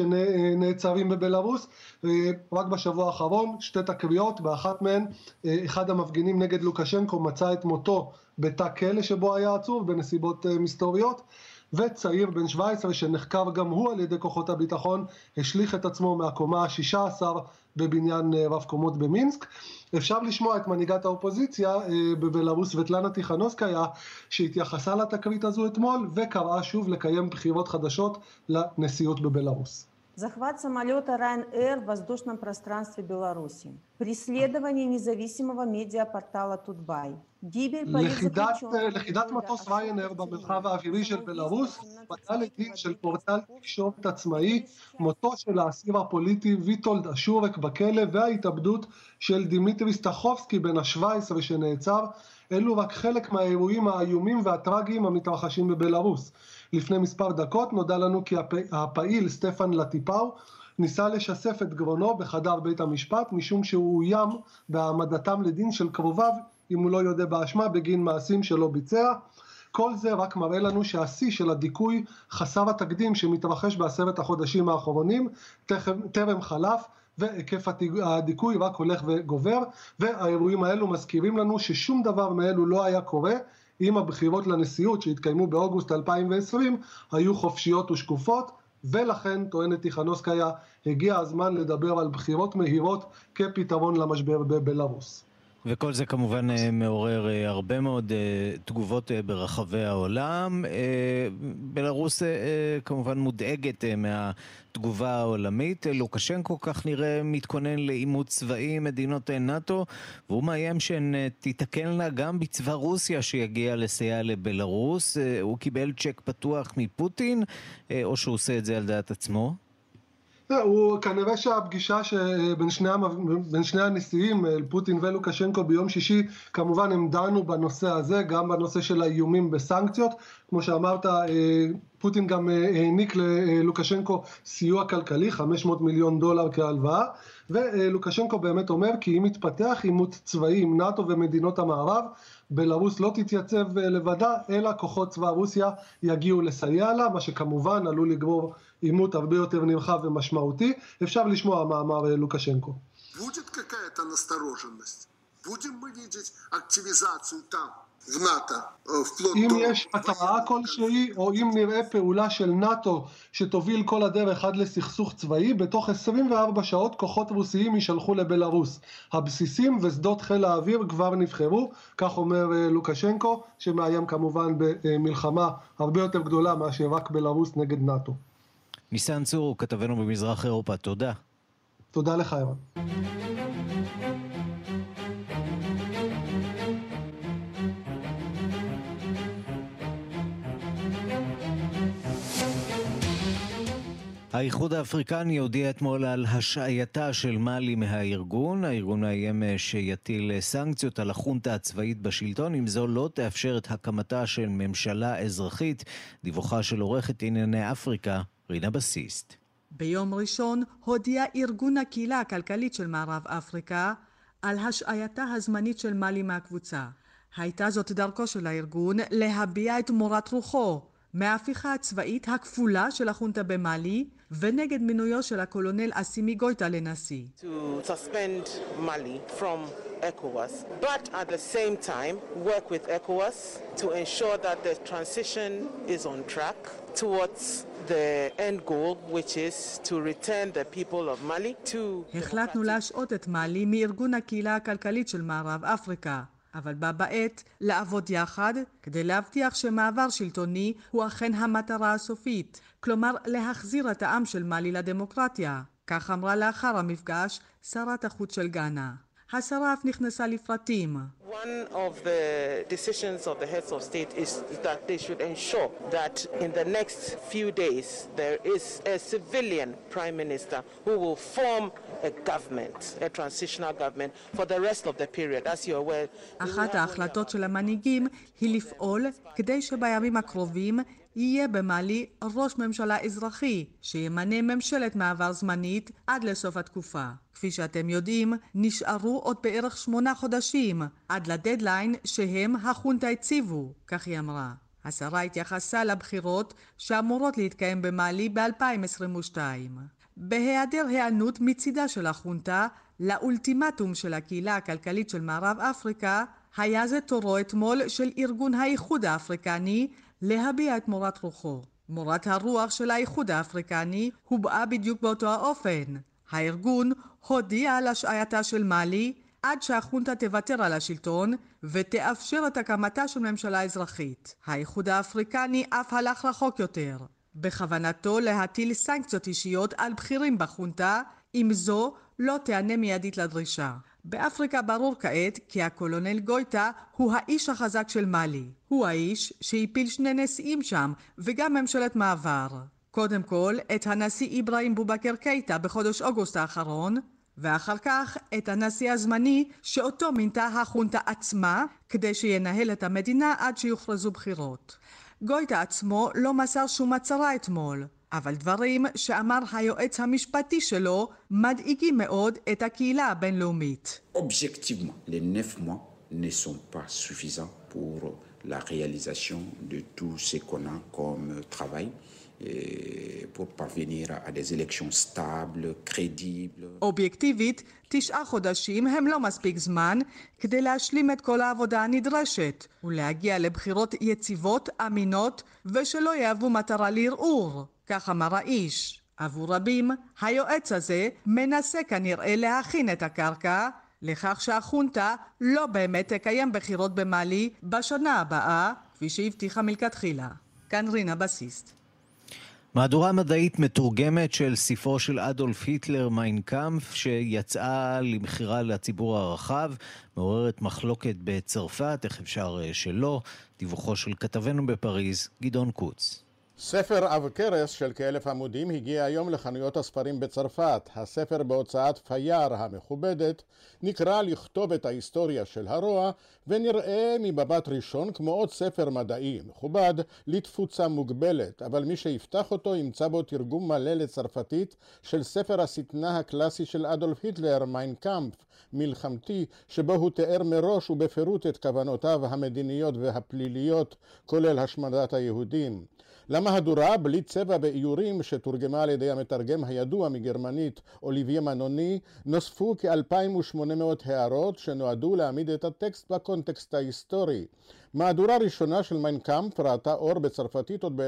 שנעצרים בבלרוס. רק בשבוע האחרון שתי תקריות, באחת מהן אחד המפגינים נגד לוקשנקו מצא את מותו בתא כלא שבו היה עצור בנסיבות מסתוריות, וצעיר בן 17 שנחקר גם הוא על ידי כוחות הביטחון השליך את עצמו מהקומה ה-16 בבניין רב קומות במינסק. אפשר לשמוע את מנהיגת האופוזיציה בבלרוס סבטלנה טיכנובסקיה שהתייחסה לתקרית הזו אתמול וקראה שוב לקיים בחירות חדשות לנשיאות בבלרוס. захват самолета Ryanair в воздушном пространстве Беларуси, преследование независимого медиапортала Тутбай, לכידת מטוס ריינר במרחב האווירי של בלרוס, הועמדה לדין של פורטל תקשורת עצמאי, מותו של האסיר הפוליטי ויטולד אשורק בכלא וההתאבדות של דימיטרי סטחובסקי בן ה-17 שנעצר, אלו רק חלק מהאירועים האיומים והטרגיים המתרחשים בבלרוס. לפני מספר דקות נודע לנו כי הפעיל סטפן לטיפאו ניסה לשסף את גרונו בחדר בית המשפט משום שהוא אוים בהעמדתם לדין של קרוביו אם הוא לא יודע באשמה בגין מעשים שלא ביצע. כל זה רק מראה לנו שהשיא של הדיכוי חסר התקדים שמתרחש בעשרת החודשים האחרונים טרם חלף, והיקף הדיכוי רק הולך וגובר, והאירועים האלו מזכירים לנו ששום דבר מאלו לא היה קורה אם הבחירות לנשיאות שהתקיימו באוגוסט 2020 היו חופשיות ושקופות, ולכן טוענת טיכנובסקיה הגיע הזמן לדבר על בחירות מהירות כפתרון למשבר בבלרוס. וכל זה כמובן מעורר הרבה מאוד תגובות ברחבי העולם. בלרוס כמובן מודאגת מהתגובה העולמית. לוקשנקו כך נראה מתכונן לאימוץ צבאי מדינות נאטו, והוא מאיים שהן תתקלנה גם בצבא רוסיה שיגיע לסייע לבלרוס. הוא קיבל צ'ק פתוח מפוטין, או שהוא עושה את זה על דעת עצמו? הוא כנראה שהפגישה בין שני הנשיאים, פוטין ולוקשנקו ביום שישי, כמובן הם דנו בנושא הזה, גם בנושא של האיומים בסנקציות. כמו שאמרת, פוטין גם העניק ללוקשנקו סיוע כלכלי, $500 מיליון כהלוואה, ולוקשנקו באמת אומר כי אם יתפתח עימות צבאי עם נאטו ומדינות המערב, בלרוס לא תתייצב לבדה, אלא כוחות צבא רוסיה יגיעו לסייע לה, מה שכמובן עלול לגרור עימות הרבה יותר נרחב ומשמעותי. אפשר לשמוע מה אמר לוקשנקו. Будет какая-то настороженность? Будем мы видеть активизацию там, в НАТО, вплоть אם יש התראה כלשהי, או אם נראה פעולה של נאטו שתוביל כל הדרך עד לסכסוך צבאי, בתוך 24 שעות כוחות רוסיים יישלחו לבלרוס. הבסיסים ושדות חיל האוויר כבר נבחרו, כך אומר לוקשנקו, שמאיים כמובן במלחמה הרבה יותר גדולה מאשר רק בלרוס נגד נאטו. ניסן צור, כתבנו במזרח אירופה, תודה. תודה לך, אירן. האיחוד האפריקני הודיע אתמול על השעייתה של מאלי מהארגון. הארגון מאיים שיטיל סנקציות על החונטה הצבאית בשלטון, אם זו לא תאפשר את הקמתה של ממשלה אזרחית. דיווחה של עורכת ענייני אפריקה, רינה בסיסט. ביום ראשון הודיע ארגון הקהילה הכלכלית של מערב אפריקה על השעייתה הזמנית של מאלי מהקבוצה. הייתה זאת דרכו של הארגון להביע את מורת רוחו מההפיכה הצבאית הכפולה של החונטה במאלי ונגד מינויו של הקולונל אסימי גויטה לנשיא. To suspend Mali from ECOWAS, but at the same time work with ECOWAS to ensure that the transition is on track towards the end goal, which is to return the people of Mali to... החלטנו להשעות את מאלי מארגון הקהילה הכלכלית של מערב אפריקה, אבל בה בעת לעבוד יחד כדי להבטיח שמעבר שלטוני הוא אכן המטרה הסופית, כלומר להחזיר את העם של מאלי לדמוקרטיה. כך אמרה לאחר המפגש שרת החוץ של גאנה. השרה אף נכנסה לפרטים. One of the decisions of the heads of state is that they should ensure that in the next few days there is a civilian prime minister who will form a government, a transitional government for the rest of the period. As you're aware, אחת ההחלטות של המנהיגים היא לפעול כדי שבימים הקרובים יהיה במאלי ראש ממשלה אזרחי שימנה ממשלת מעבר זמנית עד לסוף התקופה. כפי שאתם יודעים, נשארו עוד בערך 8 חודשים עד לדדליין שהם החונטה הציבו, כך היא אמרה. השרה התייחסה לבחירות שאמורות להתקיים במאלי ב-2022. בהיעדר הענות מצידה של החונטה לאולטימטום של הקהילה הכלכלית של מערב אפריקה, היה זה תורו אתמול של ארגון האיחוד האפריקני להביע את מורת רוחו. מורת הרוח של האיחוד האפריקני הובעה בדיוק באותו האופן. הארגון הודיע על השעייתה של מאלי עד שהחונטה תוותר על השלטון ותאפשר את הקמתה של ממשלה אזרחית. האיחוד האפריקני אף הלך רחוק יותר בכוונתו להטיל סנקציות אישיות על בכירים בחונטה, אם זו לא תענה מיידית לדרישה. באפריקה ברור כעת כי הקולונל גויטה הוא האיש החזק של מאלי. הוא האיש שהפיל 2 נשיאים שם וגם ממשלת מעבר. קודם כל את הנשיא אברהים בובקר קייטה בחודש אוגוסט האחרון, ואחר כך את הנשיא הזמני שאותו מינתה החונטה עצמה כדי שינהל את המדינה עד שיוכרזו בחירות. גויטה עצמו לא מסר שום הצהרה אתמול, אבל דברים שאמר היועץ המשפטי שלו מדאיגים מאוד את הקהילה הבינלאומית. Objectivement, les 9 mois ne sont pas suffisants pour la réalisation de tout ce qu'on a comme travail. pour parvenir à des élections stables, crédibles. אובייקטיבית, 9 חודשים הם לא מספיק זמן כדי להשלים את כל העבודה הנדרשת ולהגיע לבחירות יציבות, אמינות ושלא יהוו מטרה לערעור, כך אמר האיש. עבור רבים, היועץ הזה מנסה כנראה להכין את הקרקע לכך שהחונטה לא באמת תקיים בחירות במאלי בשנה הבאה, כפי שהבטיחה מלכתחילה. כאן רינה בסיסט. מהדורה מדעית מתורגמת של ספרו של אדולף היטלר מיין קאמפף שיצאה למכירה לציבור הרחב, מעוררת מחלוקת בצרפת, איך אפשר שלא, דיווחו של כתבנו בפריז, גדעון קוץ. ספר עב כרס של כ1,000 עמודים הגיע היום לחנויות הספרים בצרפת. הספר בהוצאת פייר המכובדת נקרא לכתוב את ההיסטוריה של הרוע ונראה מבט ראשון כמו עוד ספר מדעי מכובד לתפוצה מוגבלת, אבל מי שיפתח אותו ימצא בו תרגום מלא לצרפתית של ספר השטנה הקלאסי של אדולף היטלר, מיין קאמפף, מלחמתי, שבו הוא תיאר מראש ובפירוט את כוונותיו המדיניות והפליליות, כולל השמדת היהודים. למהדורה בלי צבע ואיורים שתורגמה על ידי המתרגם הידוע מגרמנית אוליביה מנוני נוספו כ-2,800 הערות שנועדו להעמיד את הטקסט בקונטקסט ההיסטורי. מהדורה ראשונה של מיין קאמפף ראתה אור בצרפתית עוד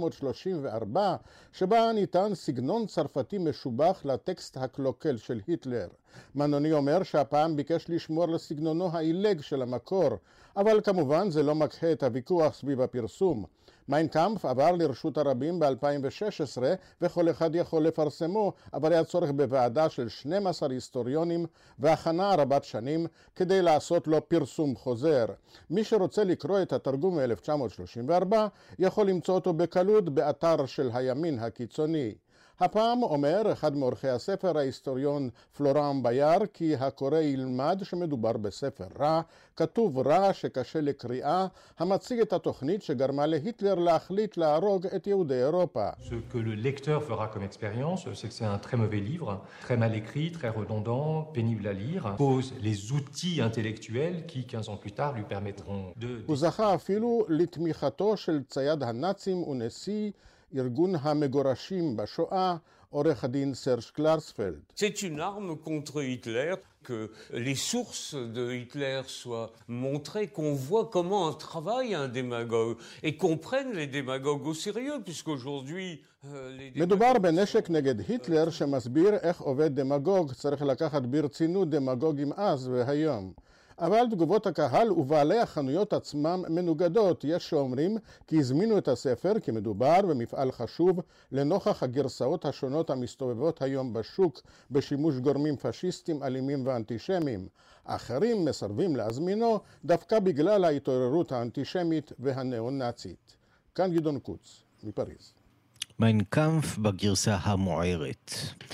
ב-1934, שבה ניתן סגנון צרפתי משובח לטקסט הקלוקל של היטלר. מנוני אומר שהפעם ביקש לשמור לסגנונו העילג של המקור, אבל כמובן זה לא מקהה את הוויכוח סביב הפרסום. מיין קאמפף עבר לרשות הרבים ב-2016 וכל אחד יכול לפרסמו, אבל היה צורך בוועדה של 12 היסטוריונים והכנה רבת שנים כדי לעשות לו פרסום חוזר. מי שרוצה לקרוא את התרגום מ-1934 יכול למצוא אותו בקלות באתר של הימין הקיצוני. הפעם אומר אחד מעורכי הספר, ההיסטוריון פלורן בייר, כי הקורא ילמד שמדובר בספר רע, כתוב רע שקשה לקריאה, המציג את התוכנית שגרמה להיטלר להחליט להרוג את יהודי אירופה. Ce que le lecteur fera comme expérience, c'est que c'est un très mauvais livre, très mal écrit, très redondant, pénible à lire, pose les outils intellectuels qui 15 ans plus tard lui permettront de... הוא זכה אפילו לתמיכתו של צייד הנאצים ונשיא ארגון המגורשים בשואה, עורך הדין סרש קלרספלד. C'est une arme contre Hitler, que les sources de Hitler soient montrées, qu'on voit comment travaille un démagogue et qu'on prenne les démagogues au sérieux, puisqu'aujourd'hui... מדובר בנשק נגד היטלר שמסביר איך עובד דמגוג, צריך לקחת ברצינות דמגוגים אז והיום. אבל תגובות הקהל ובעלי החנויות עצמם מנוגדות. יש שאומרים כי הזמינו את הספר כי מדובר במפעל חשוב לנוכח הגרסאות השונות המסתובבות היום בשוק בשימוש גורמים פשיסטים אלימים ואנטישמיים. אחרים מסרבים להזמינו דווקא בגלל ההתעוררות האנטישמית והנאו-נאצית. כאן גדעון קוץ, מפריז. מיין קאמפף בגרסה המוארת.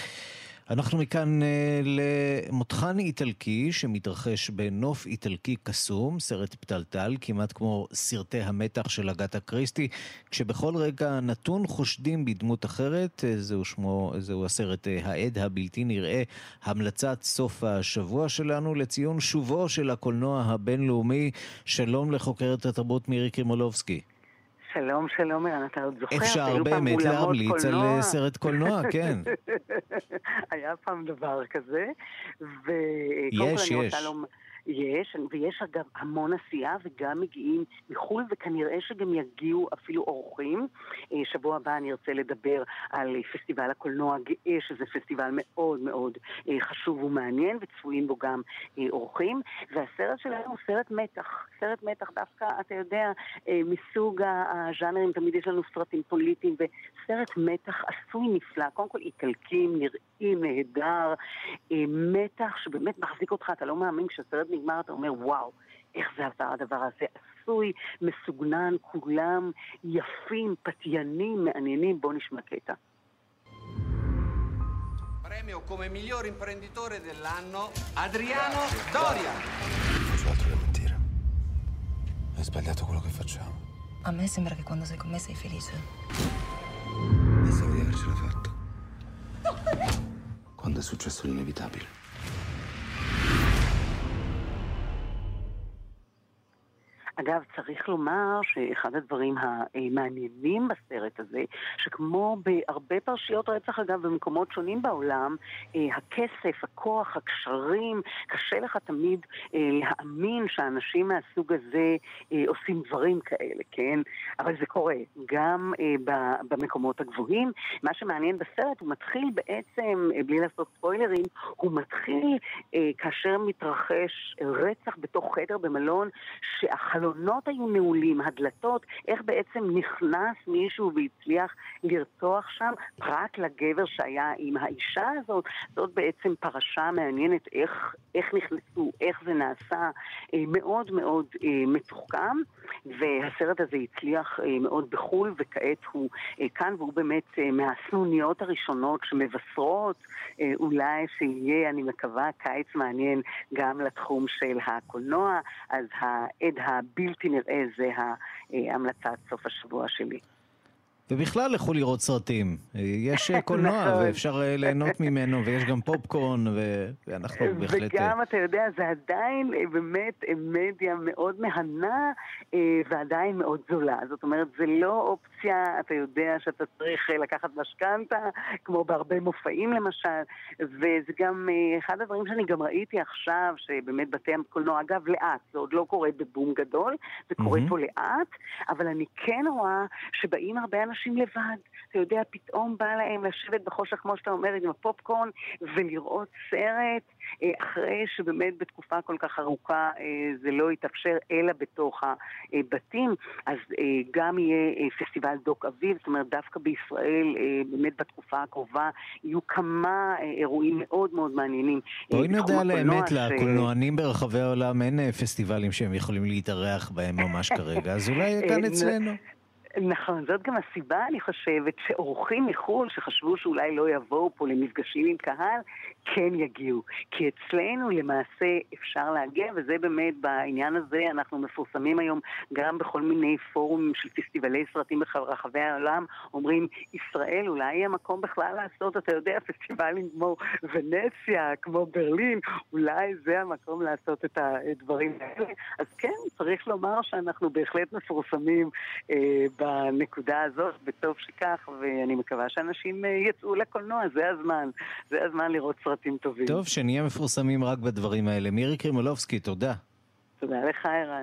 אנחנו מכאן למותחן איטלקי שמתרחש בנוף איטלקי קסום, סרט פתלתל, כמעט כמו סרטי המתח של אגתה קריסטי, כשבכל רגע נתון חושדים בדמות אחרת. זהו הסרט העד הבלתי נראה, המלצת סוף השבוע שלנו לציון שובו של הקולנוע הבינלאומי. שלום לחוקרת התרבות מירי קרימולובסקי. שלום, שלום, אתה עוד זוכר? אפשר באמת להמליץ על סרט קולנוע, כן. היה פעם דבר כזה, יש. ויש אגב המון עשייה, וגם מגיעים מחול, וכנראה שגם יגיעו אפילו אורחים. שבוע הבא אני ארצה לדבר על פסטיבל הקולנוע הגאה, שזה פסטיבל מאוד מאוד חשוב ומעניין, וצפויים בו גם אורחים. והסרט שלנו הוא סרט מתח דווקא, אתה יודע, מסוג הז'אנרים, תמיד יש לנו סרטים פוליטיים, וסרט מתח עשוי נפלא, קודם כל איטלקים, נראים נהדר, מתח שבאמת מחזיק אותך, אתה לא מאמין, כשהסרט נגמר אתה אומר וואו, איך זה עבר הדבר הזה, עשוי, מסוגנן, כולם יפים, פתיינים, מעניינים. בוא נשמע קטע. Premio come miglior imprenditore dell'anno Adriano Doria. Non faccio altro che mentire. È sbagliato quello che facciamo. A me sembra che quando sei con me sei felice. Pensavo di avercela fatta. Quando è successo l'inevitabile. אגב, צריך לומר שאחד הדברים המעניינים בסרט הזה, שכמו בהרבה פרשיות רצח, אגב, במקומות שונים בעולם, הכסף, הכוח, הקשרים, קשה לך תמיד להאמין שאנשים מהסוג הזה עושים דברים כאלה, כן? אבל זה קורה גם במקומות הגבוהים. מה שמעניין בסרט, הוא מתחיל בעצם, בלי לעשות ספוילרים, הוא מתחיל כאשר מתרחש רצח בתוך חדר במלון, שהחלונות היו נעולים, הדלתות, איך בעצם נכנס מישהו והצליח לרצוח שם, פרט לגבר שהיה עם האישה הזאת. זאת בעצם פרשה מעניינת איך נכנסו, איך זה נעשה, מאוד מאוד מתוחכם, והסרט הזה הצליח מאוד בחול, וכעת הוא כאן, והוא באמת מהסנוניות הראשונות שמבשרות אולי שיהיה, אני מקווה, קיץ מעניין גם לתחום של הקולנוע. אז העד הבלתי נראה זה ההמלצת סוף השבוע שלי. ובכלל לכו לראות סרטים. יש קולנוע ואפשר ליהנות ממנו, ויש גם פופקורן, ואנחנו בהחלט... וגם, אתה יודע, זה עדיין באמת מדיה מאוד מהנה, ועדיין מאוד זולה. זאת אומרת, זה לא אופציה, אתה יודע, שאתה צריך לקחת משכנתה, כמו בהרבה מופעים למשל, וזה גם אחד הדברים שאני גם ראיתי עכשיו, שבאמת בתי הקולנוע, אגב, לאט, זה עוד לא קורה בבום גדול, זה קורה פה לאט, אבל אני כן רואה שבאים הרבה אנשים לבד, אתה יודע, פתאום בא להם לשבת בחושך, כמו שאתה אומר, עם הפופקורן, ולראות סרט, אחרי שבאמת בתקופה כל כך ארוכה זה לא יתאפשר, אלא בתוך הבתים. אז גם יהיה פסטיבל דוק אביב, זאת אומרת, דווקא בישראל, באמת בתקופה הקרובה, יהיו כמה אירועים מאוד מאוד מעניינים. בואי נדע לאמת, לקולנוענים ברחבי העולם אין פסטיבלים שהם יכולים להתארח בהם ממש כרגע, אז אולי כאן אצלנו. נכון, זאת גם הסיבה, אני חושבת, שאורחים מחול שחשבו שאולי לא יבואו פה למפגשים עם קהל, כן יגיעו. כי אצלנו למעשה אפשר להגיע, וזה באמת בעניין הזה אנחנו מפורסמים היום גם בכל מיני פורומים של פסטיבלי סרטים ברחבי העולם, אומרים, ישראל אולי יהיה מקום בכלל לעשות, אתה יודע, פסטיבלים כמו ונציה, כמו ברלין, אולי זה המקום לעשות את הדברים האלה. אז כן, צריך לומר שאנחנו בהחלט מפורסמים בנקודה הזאת, וטוב שכך, ואני מקווה שאנשים יצאו לקולנוע, זה הזמן לראות סרטים טובים. טוב, שנהיה מפורסמים רק בדברים האלה. מירי קרימולובסקי, תודה. תודה לך, ערן.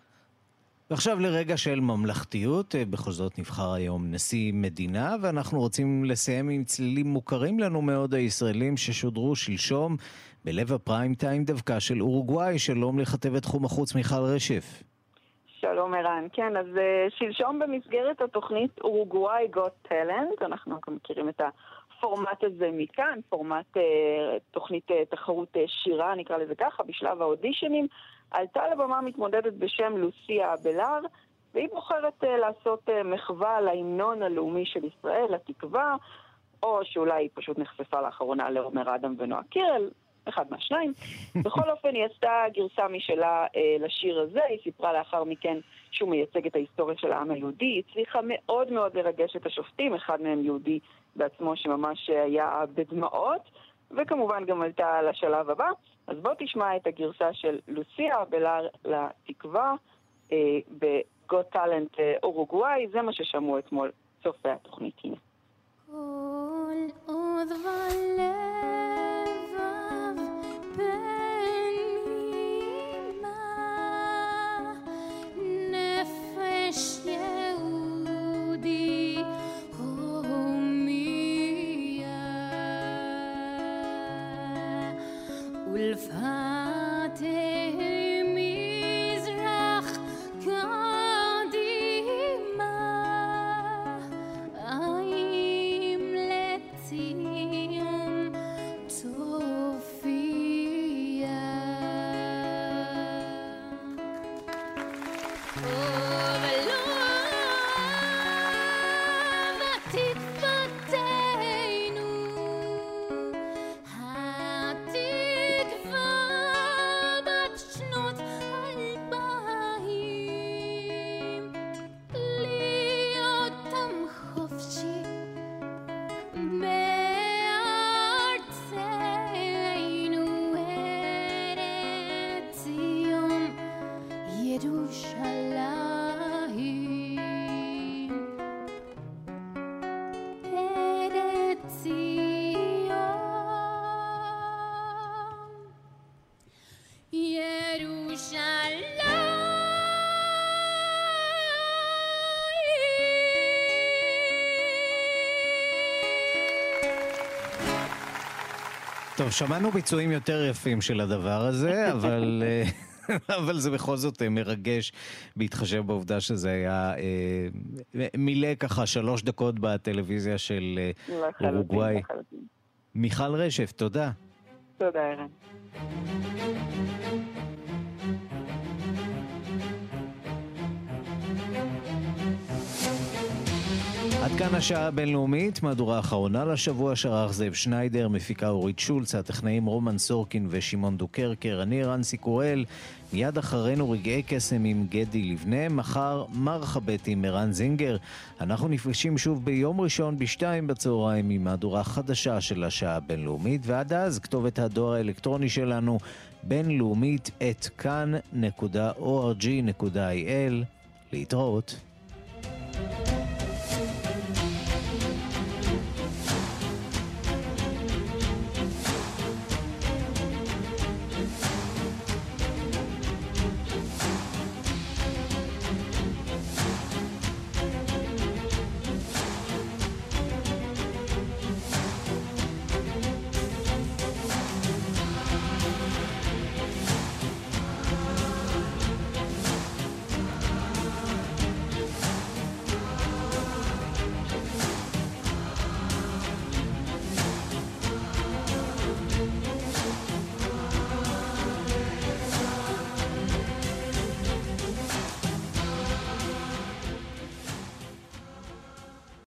ועכשיו לרגע של ממלכתיות, בכל זאת נבחר היום נשיא מדינה, ואנחנו רוצים לסיים עם צלילים מוכרים לנו מאוד הישראלים ששודרו שלשום בלב הפריים טיים דווקא של אורוגוואי. שלום לכתבת תחום החוץ מיכל רשף. שלום ערן, כן, אז שלשום במסגרת התוכנית אורוגוואי גוט טלנט, אנחנו מכירים את הפורמט הזה מכאן, פורמט תוכנית תחרות שירה, נקרא לזה ככה, בשלב האודישנים, עלתה לבמה מתמודדת בשם לוסיה בלאר, והיא בוחרת לעשות מחווה להמנון הלאומי של ישראל, התקווה, או שאולי היא פשוט נחשפה לאחרונה לעומר אדם ונועה קירל, אחד מהשניים. בכל אופן היא עשתה גרסה משלה לשיר הזה, היא סיפרה לאחר מכן שהוא מייצג את ההיסטוריה של העם היהודי, היא הצליחה מאוד מאוד לרגש את השופטים, אחד מהם יהודי בעצמו שממש היה בדמעות, וכמובן גם עלתה לשלב הבא. אז בוא תשמע את הגרסה של לוסיה בלאר לתקווה בגוט טלנט אורוגוואי, זה מה ששמעו אתמול צופי התוכנית. הנה. כל עוד בלבב בני טוב, שמענו ביצועים יותר יפים של הדבר הזה, אבל זה בכל זאת מרגש בהתחשב בעובדה שזה היה מילא ככה 3 דקות בטלוויזיה של אורוגוואי. מיכל רשף, תודה. תודה, ערן. עד כאן השעה הבינלאומית, מהדורה האחרונה לשבוע שערך זאב שניידר, מפיקה אורית שולץ, הטכנאים רומן סורקין ושמעון דוקרקר, אני רנסי קורל, מיד אחרינו רגעי קסם עם גדי לבנה, מחר מרחבת עם ערן זינגר. אנחנו נפגשים שוב ביום ראשון ב-14:00 עם מהדורה חדשה של השעה הבינלאומית, ועד אז כתובת הדואר האלקטרוני שלנו בינלאומית@kan.org.il. להתראות.